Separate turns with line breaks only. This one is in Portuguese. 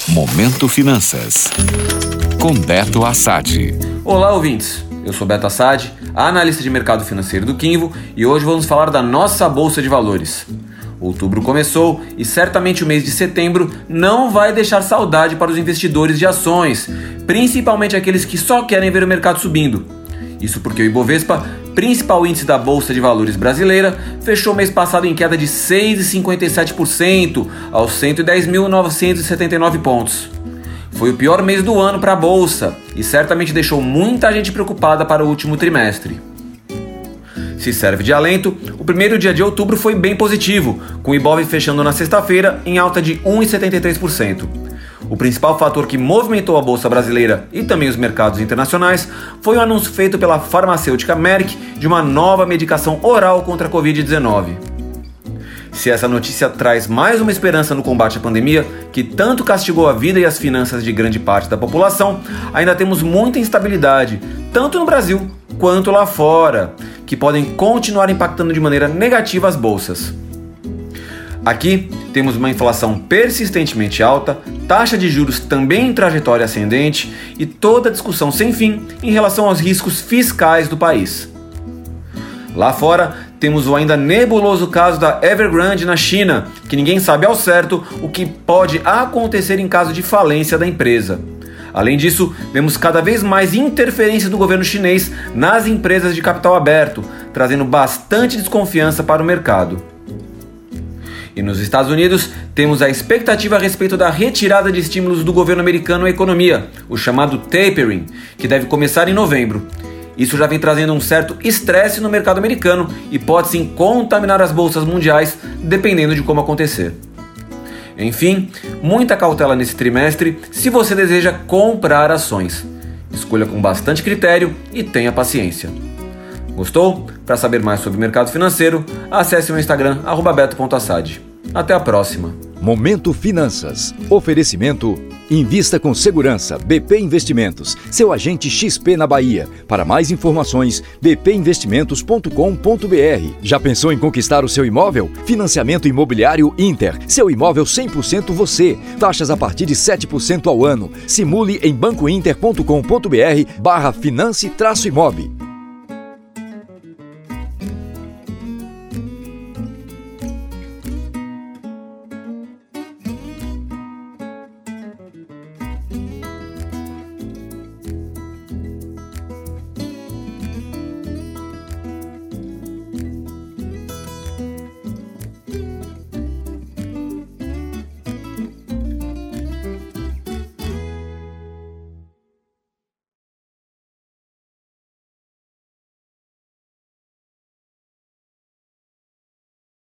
Momento Finanças, com Beto Assad.
Olá, ouvintes. Eu sou Beto Assad, analista de mercado financeiro do Kinvo, e hoje vamos falar da nossa Bolsa de Valores. Outubro começou e certamente o mês de setembro não vai deixar saudade para os investidores de ações, principalmente aqueles que só querem ver o mercado subindo. Isso porque o Ibovespa, principal índice da Bolsa de Valores brasileira, fechou o mês passado em queda de 6,57% aos 110.979 pontos. Foi o pior mês do ano para a Bolsa e certamente deixou muita gente preocupada para o último trimestre. Se serve de alento, o primeiro dia de outubro foi bem positivo, com o Ibov fechando na sexta-feira em alta de 1,73%. O principal fator que movimentou a Bolsa brasileira e também os mercados internacionais foi o anúncio feito pela farmacêutica Merck de uma nova medicação oral contra a Covid-19. Se essa notícia traz mais uma esperança no combate à pandemia, que tanto castigou a vida e as finanças de grande parte da população, ainda temos muita instabilidade, tanto no Brasil quanto lá fora, que podem continuar impactando de maneira negativa as bolsas. Aqui temos uma inflação persistentemente alta, taxa de juros também em trajetória ascendente e toda a discussão sem fim em relação aos riscos fiscais do país. Lá fora, temos o ainda nebuloso caso da Evergrande na China, que ninguém sabe ao certo o que pode acontecer em caso de falência da empresa. Além disso, vemos cada vez mais interferência do governo chinês nas empresas de capital aberto, trazendo bastante desconfiança para o mercado. E nos Estados Unidos, temos a expectativa a respeito da retirada de estímulos do governo americano à economia, o chamado tapering, que deve começar em novembro. Isso já vem trazendo um certo estresse no mercado americano e pode sim contaminar as bolsas mundiais, dependendo de como acontecer. Enfim, muita cautela nesse trimestre se você deseja comprar ações. Escolha com bastante critério e tenha paciência. Gostou? Para saber mais sobre o mercado financeiro, acesse o meu Instagram, @beto.assad. Até a próxima.
Momento Finanças. Oferecimento: invista com segurança. BP Investimentos, seu agente XP na Bahia. Para mais informações, bpinvestimentos.com.br. Já pensou em conquistar o seu imóvel? Financiamento Imobiliário Inter. Seu imóvel 100% você. Taxas a partir de 7% ao ano. Simule em bancointer.com.br/finance-imob.